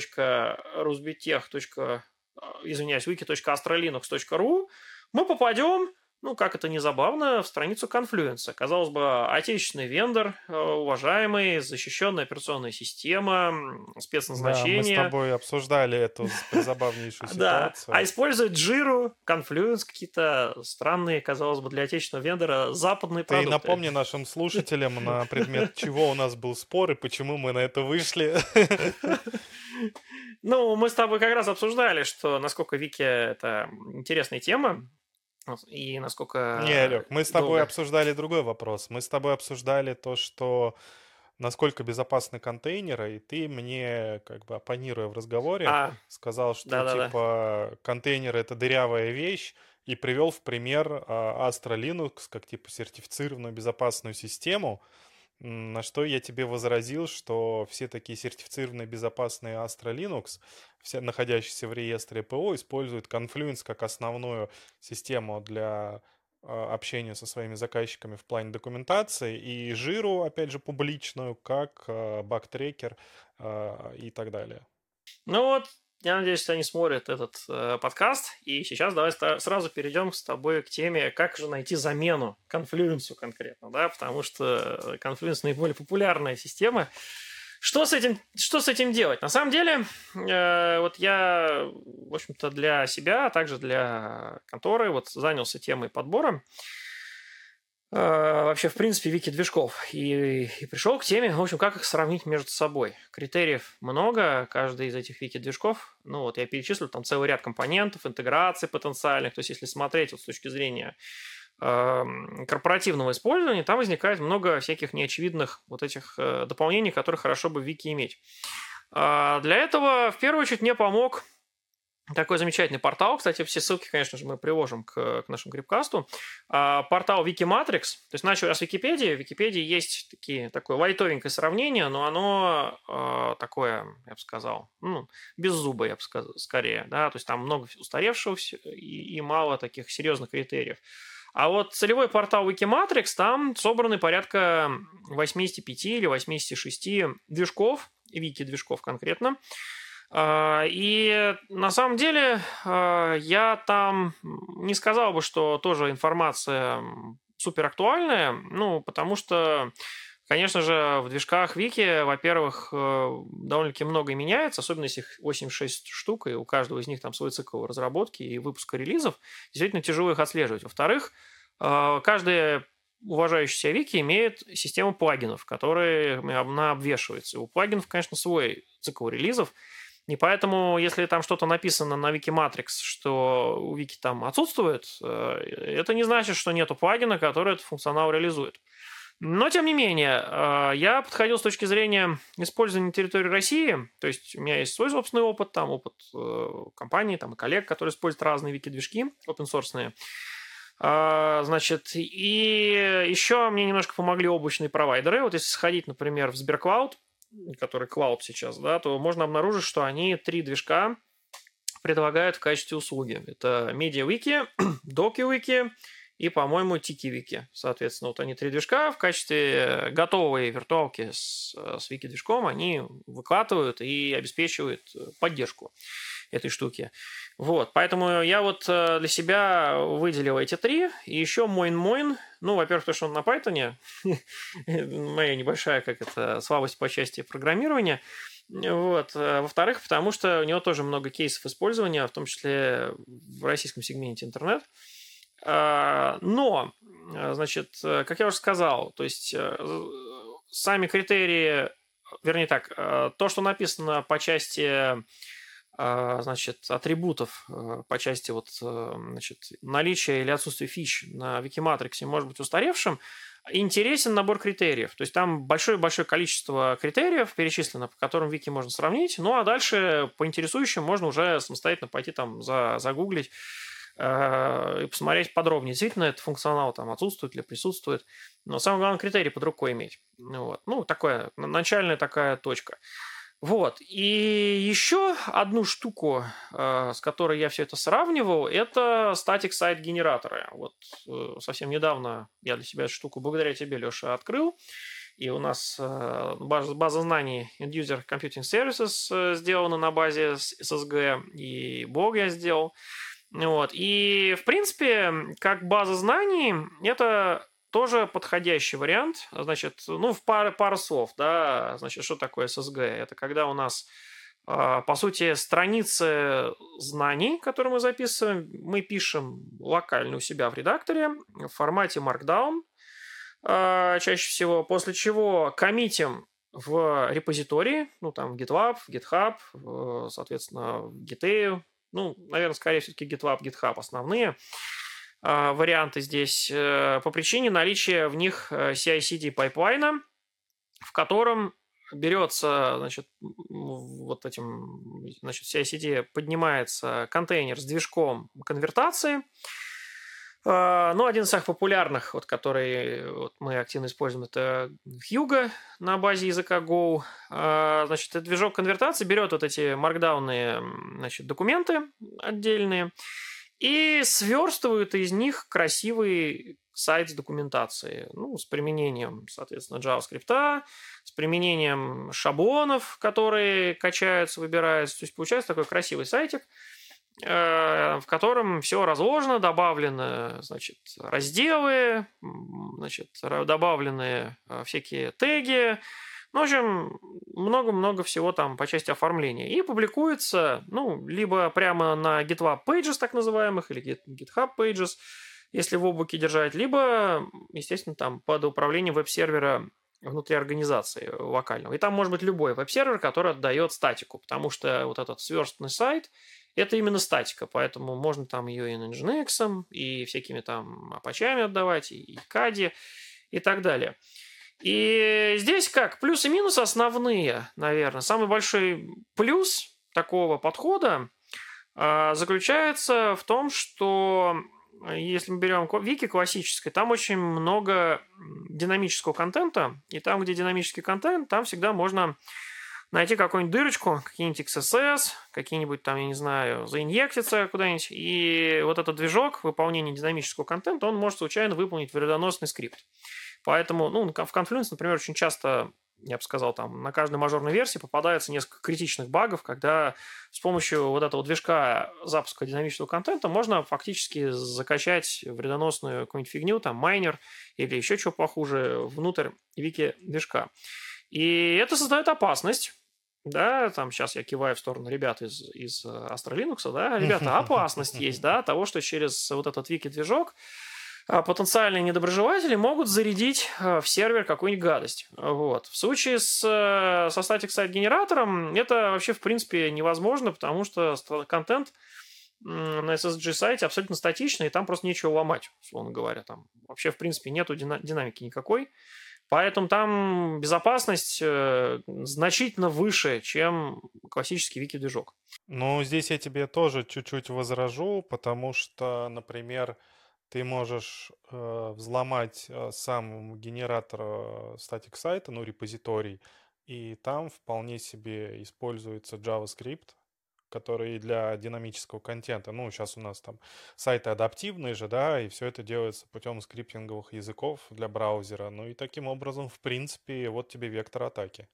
wiki.astralinux.ru, мы попадем, ну, как это не забавно, в страницу Confluence. Казалось бы, отечественный вендор, уважаемый, защищенная операционная система, спецназначение. Да, мы с тобой обсуждали эту призабавнейшую Да, ситуацию. а использует Jira, Confluence, какие-то странные, казалось бы, для отечественного вендора западные продукты. Ты напомни нашим слушателям, на предмет чего у нас был спор и почему мы на это вышли. Ну, мы с тобой как раз обсуждали, что насколько Вики это интересная тема, и насколько... Не, Лёх, мы с тобой обсуждали другой вопрос. Мы с тобой обсуждали то, что насколько безопасны контейнеры, и ты мне, как бы оппонируя в разговоре, сказал, что типа контейнеры — это дырявая вещь, и привел в пример Astra Linux как типа сертифицированную безопасную систему, на что я тебе возразил, что все такие сертифицированные безопасные Astra Linux, все находящиеся в реестре ПО, используют Confluence как основную систему для общения со своими заказчиками в плане документации, и Жиру, опять же, публичную, как баг-трекер и так далее. Ну вот, я надеюсь, что они смотрят этот подкаст, и сейчас давай сразу перейдем с тобой к теме, как же найти замену Confluence конкретно, да, потому что Confluence наиболее популярная система. Что с этим делать? На самом деле, вот я, в общем-то, для себя, а также для конторы вот занялся темой подбора вообще, в принципе, вики-движков. И пришел к теме, в общем, как их сравнить между собой. Критериев много, каждый из этих вики-движков, ну вот я перечислил там целый ряд компонентов, интеграций потенциальных. То есть, если смотреть вот с точки зрения корпоративного использования, там возникает много всяких неочевидных вот этих дополнений, которые хорошо бы в вики иметь. Для этого, в первую очередь, мне помог такой замечательный портал. Кстати, все ссылки, конечно же, мы приложим к нашему крипкасту. Портал Wikimatrix. То есть, начал я с Википедии. В Википедии есть такое лайтовенькое сравнение, но оно такое, я бы сказал, беззубое, я бы сказал, скорее. Да? То есть, там много устаревшего и мало таких серьезных критериев. А вот целевой портал Wikimatrix, там собраны порядка 85 или 86 движков, вики-движков конкретно. И на самом деле я там не сказал бы, что тоже информация супер актуальная, потому что Конечно же, в движках Вики, во-первых, довольно-таки многое меняется, особенно если их 86 штук, и у каждого из них там свой цикл разработки и выпуска релизов. Действительно тяжело их отслеживать. Во-вторых, каждая уважающаяся Вики имеет систему плагинов, которые она обвешивается. У плагинов, конечно, свой цикл релизов, и поэтому, если там что-то написано на Wikimatrix, что у Вики там отсутствует, это не значит, что нету плагина, который этот функционал реализует. Но, тем не менее, я подходил с точки зрения использования на территории России, то есть у меня есть свой собственный опыт, там опыт компаний там, и коллег, которые используют разные вики-движки open-source. Значит, и еще мне немножко помогли облачные провайдеры. Вот если сходить, например, в Сберклауд, который Cloud сейчас, да, то можно обнаружить, что они 3 движка предлагают в качестве услуги. Это MediaWiki, DocuWiki и, по-моему, TikiWiki. Соответственно, вот они 3 движка в качестве готовой виртуалки с Wiki-движком они выкатывают и обеспечивают поддержку этой штуки. Вот, поэтому я вот для себя выделил эти 3. И еще Moin. Ну, во-первых, потому что он на Python. Моя небольшая, слабость по части программирования. Вот. Во-вторых, потому что у него тоже много кейсов использования, в том числе в российском сегменте интернет. Но, значит, как я уже сказал, то есть сами критерии, вернее так, то, что написано по части значит, атрибутов, по части вот, значит, наличия или отсутствия фич на Wikimatrix может быть устаревшим, интересен набор критериев. То есть там большое-большое количество критериев перечислено, по которым Вики можно сравнить. Ну, а дальше по интересующим можно уже самостоятельно пойти там загуглить и посмотреть подробнее, действительно этот функционал там отсутствует или присутствует. Но самое главное, критерий под рукой иметь. Вот. Ну, такая начальная такая точка. Вот. И еще одну штуку, с которой я все это сравнивал, это static site генераторы. Вот совсем недавно я для себя эту штуку, благодаря тебе, Леша, открыл. И у нас база знаний End-User Computing Services сделана на базе SSG, и блог я сделал. Вот. И, в принципе, как база знаний, это тоже подходящий вариант. Значит, ну, в пару слов, да, значит, что такое SSG? Это когда у нас, по сути, страницы знаний, которые мы записываем, мы пишем локально у себя в редакторе в формате Markdown, чаще всего, после чего коммитим в репозитории, ну, там, в GitLab, в GitHub, соответственно, в Git, ну, наверное, скорее все-таки GitLab, GitHub основные варианты здесь по причине наличия в них CI/CD пайплайна, в котором берется, значит, вот этим, значит, CI/CD поднимается контейнер с движком конвертации. Ну, один из самых популярных, вот, который вот, мы активно используем, это Hugo на базе языка Go. Значит, этот движок конвертации берет вот эти маркдаунные, значит, документы отдельные и сверстывают из них красивый сайт с документацией. Ну, с применением, соответственно, JavaScript, с применением шаблонов, которые качаются, выбираются. То есть получается такой красивый сайтик, в котором все разложено, добавлены, значит, разделы, значит, добавлены всякие теги. Ну, в общем, много-много всего там по части оформления. И публикуется, ну, либо прямо на GitLab Pages, так называемых, или GitHub Pages, если в облаке держать, либо, естественно, там под управлением веб-сервера внутри организации локального. И там может быть любой веб-сервер, который отдает статику, потому что вот этот сверстанный сайт – это именно статика, поэтому можно там ее и Nginx, и всякими там апачами отдавать, и CAD, и так далее. И здесь как? Плюсы и минусы основные, наверное. Самый большой плюс такого подхода заключается в том, что если мы берем Вики классической, там очень много динамического контента, и там, где динамический контент, там всегда можно найти какую-нибудь дырочку, какие-нибудь XSS, какие-нибудь там, я не знаю, заинъектиться куда-нибудь, и вот этот движок выполнения динамического контента, он может случайно выполнить вредоносный скрипт. Поэтому, ну, в Confluence, например, очень часто я бы сказал, там на каждой мажорной версии попадается несколько критичных багов, когда с помощью вот этого движка запуска динамического контента можно фактически закачать вредоносную какую-нибудь фигню, там майнер или еще чего похуже внутрь вики-движка. И это создает опасность. Да, там сейчас я киваю в сторону ребят из Astra Linux, да, ребята, опасность есть, да, того, что через вот этот вики-движок потенциальные недоброжелатели могут зарядить в сервер какую-нибудь гадость. Вот. В случае со static site генератором это вообще в принципе невозможно, потому что контент на SSG сайте абсолютно статичный, и там просто нечего ломать, условно говоря. Там вообще в принципе нету динамики никакой. Поэтому там безопасность значительно выше, чем классический вики-движок. Ну, здесь я тебе тоже чуть-чуть возражу, потому что, например, ты можешь взломать сам генератор статик сайта, ну, репозиторий, и там вполне себе используется JavaScript, который для динамического контента. Ну, сейчас у нас там сайты адаптивные же, да, и все это делается путем скриптинговых языков для браузера. Ну и таким образом, в принципе, вот тебе вектор атаки.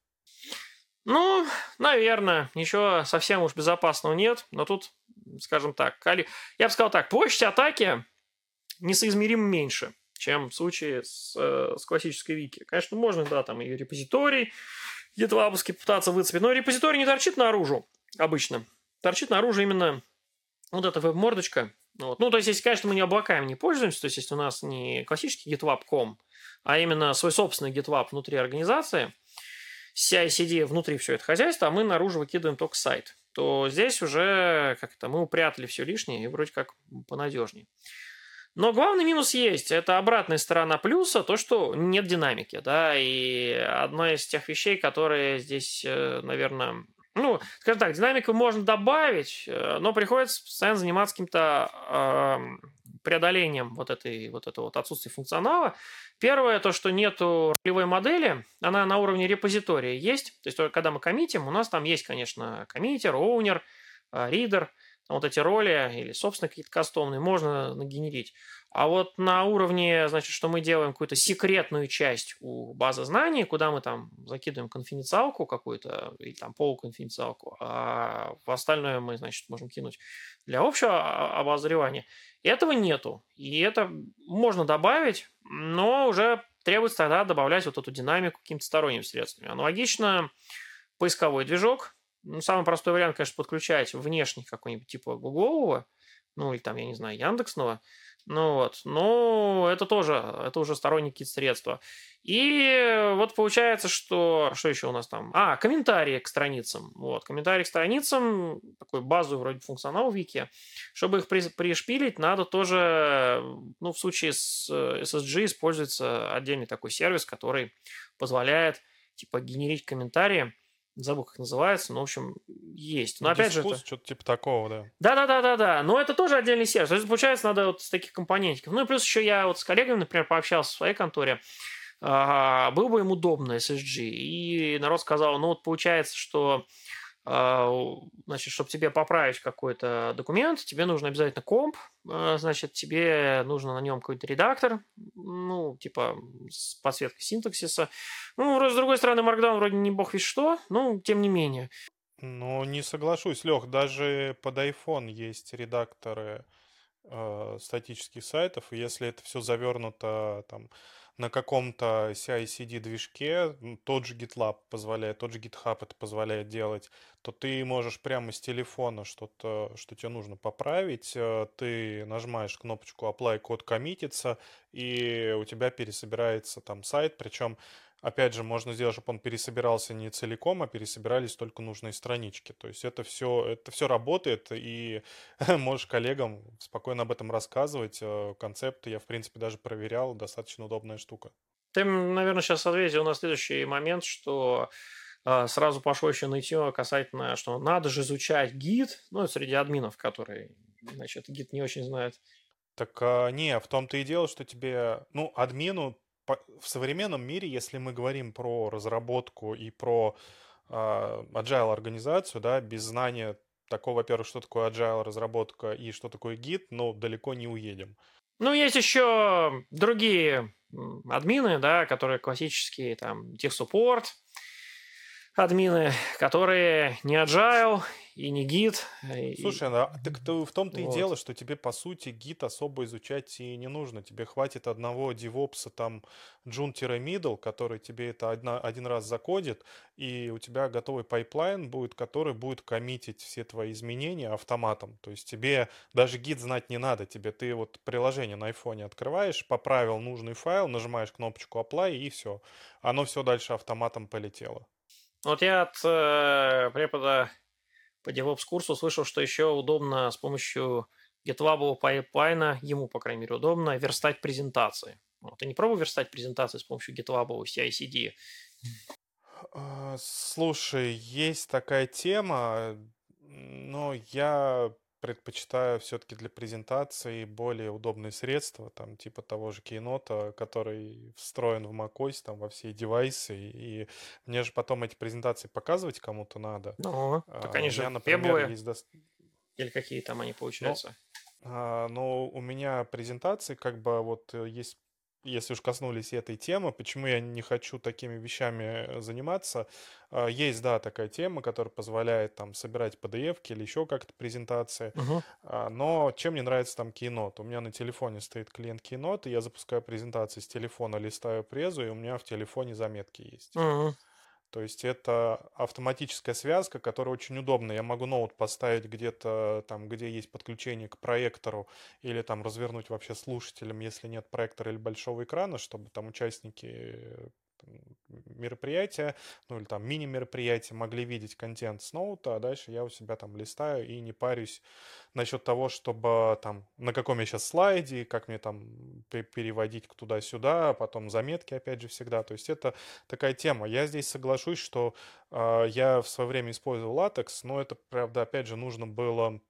Ну, наверное, ничего совсем уж безопасного нет, но тут, скажем так, я бы сказал так, площадь атаки несоизмеримо меньше, чем в случае с классической вики. Конечно, можно, да, там и репозиторий GitLab-овский пытаться выцепить, но репозиторий не торчит наружу обычно. Торчит наружу именно вот эта веб-мордочка. Вот. Ну, то есть, если, конечно, мы не облаками не пользуемся, то есть, если у нас не классический GitLab.com, а именно свой собственный GitLab внутри организации, CI/CD внутри все это хозяйство, а мы наружу выкидываем только сайт, то здесь уже как-то мы упрятали все лишнее и вроде как понадежнее. Но главный минус есть. Это обратная сторона плюса, то, что нет динамики, да, и одна из тех вещей, которые здесь, наверное, ну, скажем так, динамику можно добавить, но приходится постоянно заниматься каким-то преодолением вот этого вот отсутствия функционала. Первое, то, что нету ролевой модели, она на уровне репозитория есть, то есть когда мы коммитим, у нас там есть, конечно, коммитер, оунер, ридер, вот эти роли или, собственно, какие-то кастомные можно нагенерить. А вот на уровне, значит, что мы делаем какую-то секретную часть у базы знаний, куда мы там закидываем конфиденциалку какую-то или там полуконфиденциалку, а в остальное мы, значит, можем кинуть для общего обозревания. Этого нету. И это можно добавить, но уже требуется тогда добавлять вот эту динамику какими-то сторонними средствами. Аналогично поисковой движок. Ну, самый простой вариант, конечно, подключать внешний какой-нибудь типа гуглового, ну или там, я не знаю, яндексного. Ну вот, но это уже сторонние какие-то средства. И вот получается, что еще у нас там? Комментарии к страницам. Вот, комментарии к страницам, такой базовый вроде функционал в вики. Чтобы их пришпилить, надо тоже, ну, в случае с SSG используется отдельный такой сервис, который позволяет, типа, генерить комментарии. Забыл, как называется, но, в общем, есть. Но опять же, Дискус, что-то типа такого, да. Да. Но это тоже отдельный сервис. То есть, получается, надо вот с таких компонентиков. Ну и плюс еще я вот с коллегами, например, пообщался в своей конторе. Был бы им удобно SSG. И народ сказал, ну вот получается, что значит, чтобы тебе поправить какой-то документ, тебе нужно обязательно комп, значит, тебе нужно на нем какой-то редактор, ну, типа с подсветкой синтаксиса. Ну, с другой стороны, Markdown вроде не бог весть что, но тем не менее. Ну, не соглашусь, Лех, даже под iPhone есть редакторы статических сайтов, и если это все завернуто там на каком-то CI/CD движке, тот же GitLab позволяет, тот же GitHub это позволяет делать, то ты можешь прямо с телефона что-то, что тебе нужно поправить, ты нажимаешь кнопочку Apply, код коммитится, и у тебя пересобирается там сайт, причем опять же, можно сделать, чтобы он пересобирался не целиком, а пересобирались только нужные странички. То есть это все работает, и можешь коллегам спокойно об этом рассказывать. Концепты я, в принципе, даже проверял. Достаточно удобная штука. Ты, наверное, сейчас ответил на следующий момент, что сразу пошло еще нытье касательно, что надо же изучать гид, ну, среди админов, которые, значит, гид не очень знают. Так не, в том-то и дело, что тебе, ну, админу в современном мире, если мы говорим про разработку и про agile организацию, да, без знания такого, во-первых, что такое agile разработка и что такое гид, ну, далеко не уедем. Ну, есть еще другие админы, да, которые классические, там, техсуппорт, админы, которые не agile и не гид, Слушай, так в том-то и дело, вот. что тебе, по сути, гид особо изучать и не нужно. Тебе хватит одного девопса, там, джун-middle, который тебе это один раз закодит, и у тебя готовый пайплайн будет, который будет коммитить все твои изменения автоматом. То есть тебе даже гид знать не надо. Ты вот приложение на айфоне открываешь, поправил нужный файл, нажимаешь кнопочку apply, и все. Оно все дальше автоматом полетело. Вот я от препода по DevOps-курсу слышал, что еще удобно с помощью GitLab пайплайна, ему, по крайней мере, удобно верстать презентации. Вот. Ты не пробовал верстать презентации с помощью GitLab CI/CD? Слушай, есть такая тема, но я предпочитаю все-таки для презентации более удобные средства, там типа того же Keynote, который встроен в macOS, там во все девайсы, и мне же потом эти презентации показывать кому-то надо. Ну, так они У меня, же например, вебовые, есть... или какие там они Ну, получаются? но у меня презентации, как бы вот есть, если уж коснулись этой темы, почему я не хочу такими вещами заниматься, есть, да, такая тема, которая позволяет там собирать PDF-ки или еще как-то презентации, Угу. но чем мне нравится там Keynote? У меня на телефоне стоит клиент Keynote, и я запускаю презентации с телефона, листаю презу, и у меня в телефоне заметки есть. Угу. То есть это автоматическая связка, которая очень удобна. Я могу ноут поставить где-то там, где есть подключение к проектору, или там развернуть вообще слушателям, если нет проектора или большого экрана, чтобы там участники там, мероприятия, ну или там мини-мероприятия могли видеть контент с ноута, а дальше я у себя там листаю и не парюсь насчет того, чтобы там на каком я сейчас слайде, как мне там переводить туда-сюда, а потом заметки опять же всегда. То есть это такая тема. Я здесь соглашусь, что я в свое время использовал латекс, но это, правда, опять же, нужно было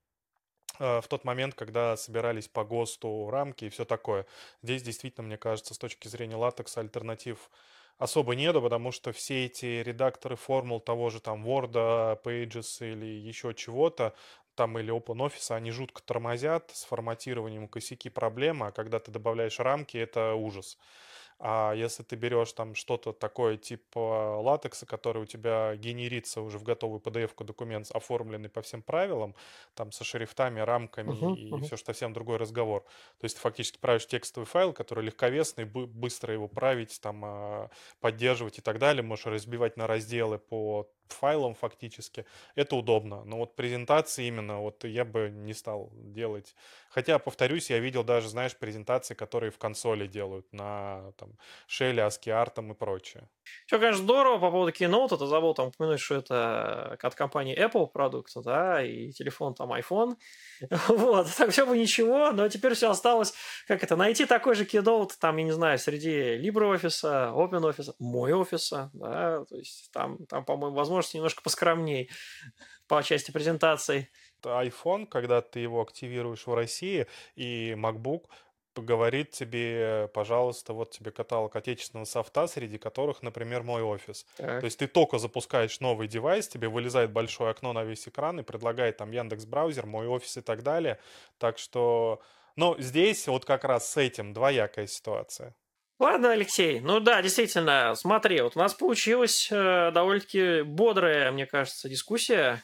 в тот момент, когда собирались по ГОСТу рамки и все такое. Здесь действительно, мне кажется, с точки зрения латекса альтернатив особо нету, потому что все эти редакторы формул того же там Word, Pages или еще чего-то, там или OpenOffice, они жутко тормозят с форматированием, косяки, проблемы, а когда ты добавляешь рамки, это ужас. А если ты берешь там что-то такое типа латекса, который у тебя генерится уже в готовый PDF-ку документ, оформленный по всем правилам, там со шрифтами, рамками Угу. и Угу. все, что совсем другой разговор. То есть ты фактически правишь текстовый файл, который легковесный, быстро его править, там, поддерживать и так далее. Можешь разбивать на разделы по файлам фактически. Это удобно. Но вот презентации именно вот я бы не стал делать. Хотя, повторюсь, я видел даже, знаешь, презентации, которые в консоли делают на там Shell, ASCII и прочее. Все, конечно, здорово по поводу Keynote. Ты забыл там упомянуть, что это от компании Apple продукт, да, и телефон там iPhone. Вот, так все бы ничего, но теперь все осталось, как это, найти такой же Keynote, там, я не знаю, среди LibreOffice, OpenOffice, мой офиса, да, то есть там по-моему, возможности немножко поскромней по части презентаций. iPhone, когда ты его активируешь в России, и MacBook говорит тебе, пожалуйста, вот тебе каталог отечественного софта, среди которых, например, мой офис. То Так. есть ты только запускаешь новый девайс, тебе вылезает большое окно на весь экран и предлагает там Яндекс браузер, мой офис и так далее. Так что, ну, здесь вот как раз с этим двоякая ситуация. Ладно, Алексей, ну да, действительно, смотри, вот у нас получилась довольно-таки бодрая, мне кажется, дискуссия.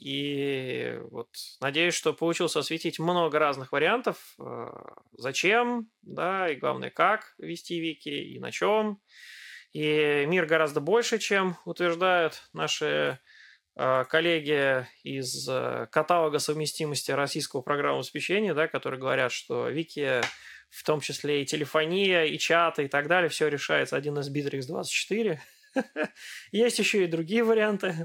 И вот надеюсь, что получилось осветить много разных вариантов. Зачем, да, и главное, как вести вики, и на чем. И мир гораздо больше, чем утверждают наши коллеги из каталога совместимости российского программного обеспечения, да, которые говорят, что вики, в том числе и телефония, и чаты, и так далее, все решается 1С Bittrex 24. Есть еще и другие варианты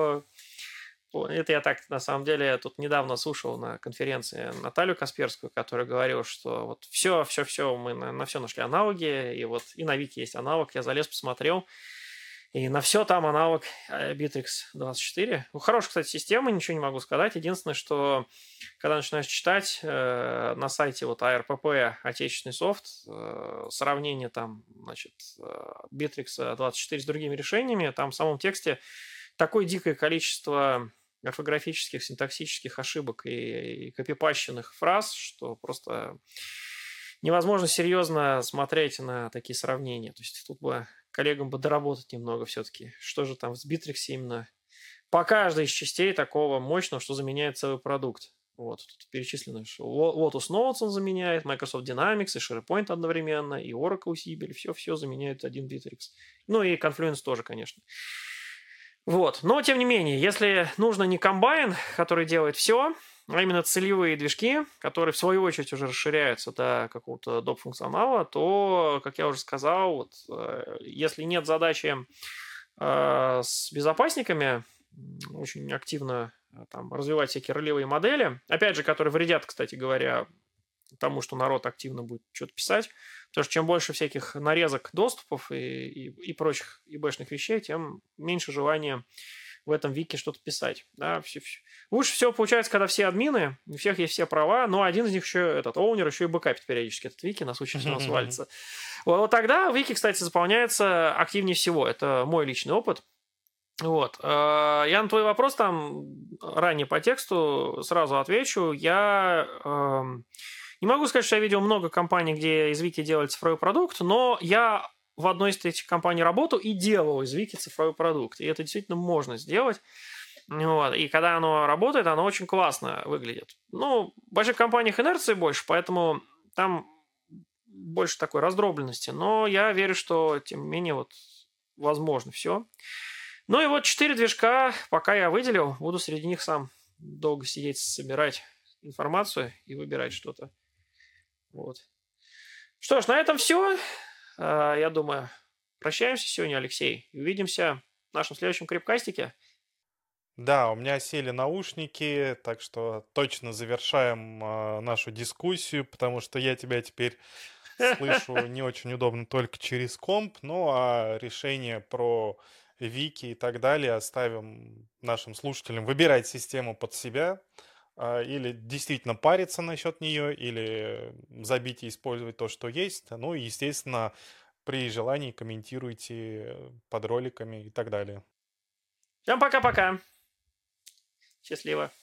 это я так, на самом деле, тут недавно слушал на конференции Наталью Касперскую, которая говорила, что вот все, мы на все нашли аналоги, и вот и на Вики есть аналог, я залез, посмотрел, и на все там аналог Bittrex 24. Ну, хорошая, кстати, система, ничего не могу сказать. Единственное, что когда начинаешь читать на сайте вот ARPP отечественный софт, сравнение там, значит, Bittrex 24 с другими решениями, там в самом тексте такое дикое количество орфографических, синтаксических ошибок и копипащенных фраз, что просто невозможно серьезно смотреть на такие сравнения. То есть тут бы коллегам бы доработать немного все-таки. Что же там в Bittrex именно по каждой из частей такого мощного, что заменяет целый продукт. Вот, тут перечислено, что Lotus Notes он заменяет, Microsoft Dynamics и SharePoint одновременно, и Oracle Siebel, все заменяет один Bittrex. Ну и Confluence тоже, конечно. Вот, но тем не менее, если нужно не комбайн, который делает все, а именно целевые движки, которые в свою очередь уже расширяются до какого-то доп-функционала, то, как я уже сказал, вот, если нет задачи с безопасниками очень активно там развивать всякие ролевые модели, опять же, которые вредят, кстати говоря, тому, что народ активно будет что-то писать, потому что чем больше всяких нарезок доступов и прочих ИБшных вещей, тем меньше желания в этом вики что-то писать. Да, лучше всего получается, когда все админы, у всех есть все права, но один из них еще, этот оунер, еще и бэкапит периодически этот вики на случай, если он свалится. Вот тогда вики, кстати, заполняется активнее всего. Это мой личный опыт. Вот. Я на твой вопрос там ранее по тексту сразу отвечу. Я не могу сказать, что я видел много компаний, где из вики делали цифровой продукт, но я в одной из этих компаний работал и делал из вики цифровой продукт. И это действительно можно сделать. Вот. И когда оно работает, оно очень классно выглядит. Ну, в больших компаниях инерции больше, поэтому там больше такой раздробленности. Но я верю, что, тем не менее, вот возможно все. Ну и вот 4 движка, пока я выделил, буду среди них сам долго сидеть, собирать информацию и выбирать что-то. Вот. Что ж, на этом все. Я думаю, прощаемся сегодня, Алексей. Увидимся в нашем следующем крипкастике. Да, у меня сели наушники, так что точно завершаем нашу дискуссию, потому что я тебя теперь слышу не очень удобно только через комп, ну а решение про вики и так далее оставим нашим слушателям выбирать систему под себя, или действительно париться насчет нее, или забить и использовать то, что есть. Ну и, естественно, при желании комментируйте под роликами и так далее. Всем пока-пока. Счастливо.